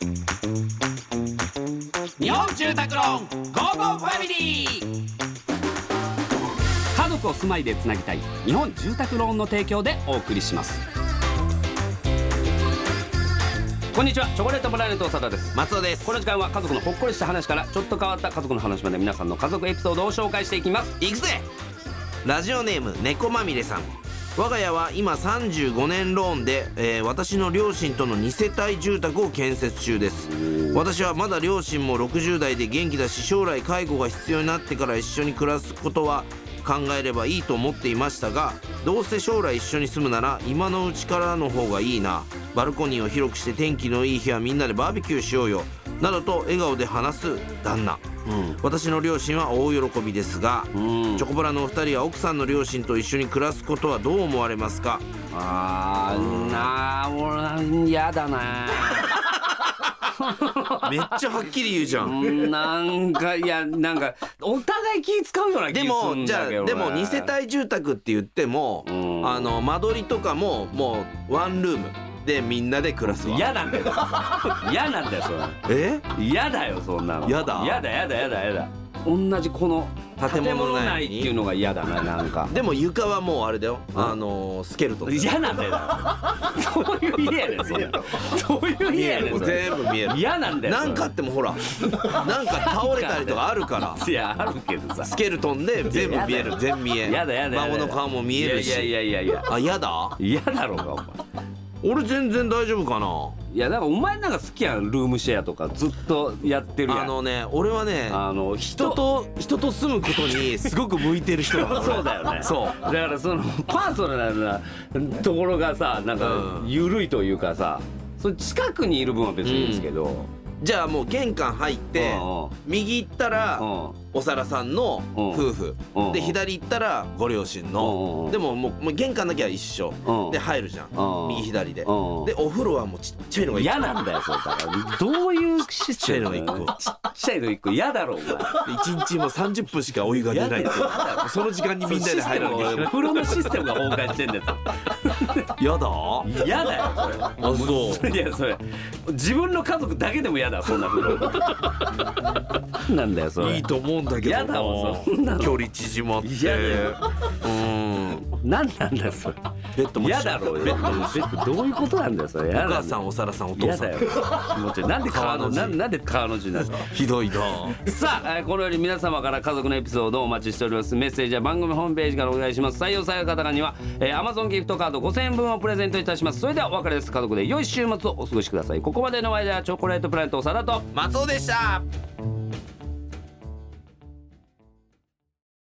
日本住宅ローンゴーゴーファミリー。家族を住まいでつなぎたい日本住宅ローンの提供でお送りします。こんにちは、チョコレートプラネット長田です。 松尾です。 この時間は家族のほっこりした話からちょっと変わった家族の話まで皆さんの家族エピソードを紹介していきます。 いくぜ。ラジオネーム猫まみれさん。我が家は今35年ローンで、私の両親との2世帯住宅を建設中です。私はまだ両親も60代で元気だし、将来介護が必要になってから一緒に暮らすことは考えればいいと思っていましたが、どうせ将来一緒に住むなら今のうちからの方がいいな、バルコニーを広くして天気のいい日はみんなでバーベキューしようよなどと笑顔で話す旦那、私の両親は大喜びですが、チョコプラのお二人は奥さんの両親と一緒に暮らすことはどう思われますか？ 俺やだなめっちゃはっきり言うじゃん。 なんかお互い気使うような気するんだけど、 でも2世帯住宅って言っても、間取りとかももうワンルームでみんなで暮らすわ。 嫌なんだよ嫌なんだよそれ。嫌だよそんなの。嫌だ同じこの建物内っていうのが嫌だな。なんかでも床はもうあれだよ、スケルトン。 嫌なんだよどういう家やねんそれ。どういう家やねんそれ。 全部見える。 嫌なんだよ。 なんかあってもほらなんか倒れたりとかあるからいやあるけどさ、 スケルトンで全部見える。全見え。 やだ孫の顔も見えるし。 いや嫌だ。 嫌だろうがお前。 俺全然大丈夫かな。 いやだからお前なんか好きやん、ルームシェアとかずっとやってるやん。 俺はね、人と住むことにすごく向いてる人だからそうだよね。 そうだからそのパーソナルなところがさ、なんか緩いというかさ、その近くにいる分は別にいいんですけど、 じゃあもう玄関入って右行ったらお皿さんの夫婦で、左行ったらご両親の。でももう玄関だけは一緒で入るじゃん、右左で。でお風呂はもうちっちゃいのが嫌なんだよそれ。だからどういうシステムなの。ちっちゃいの1個嫌だろお前。 1日も30分しかお湯が出ないって。その時間にみんなで入らなきゃいけない。 風呂のシステムが崩壊してんだよ嫌だ。 嫌だよそれ。 あ、そう。 いやそれ自分の家族だけでも嫌だそんな風呂なんだよそれ。 いいと思うんだけどな。 嫌だわそんなの。 距離縮まって。 なんなんだよそれ。 ベッドも嫌だろうよ。ベッドどういうことなんだよそれ。 お母さんお皿さんお父さん。 嫌だよ気持ち悪い。なんで川の字なんですか。 ひどいな。 さあ、このように皆様から家族のエピソードをお待ちしております。メッセージは番組ホームページからお願いします。採用される方には、Amazon ギフトカード5000円分をプレゼントいたします。それではお別れです。家族で良い週末をお過ごしください。ここまでの間はチョコレートプラネット長田と松尾でした。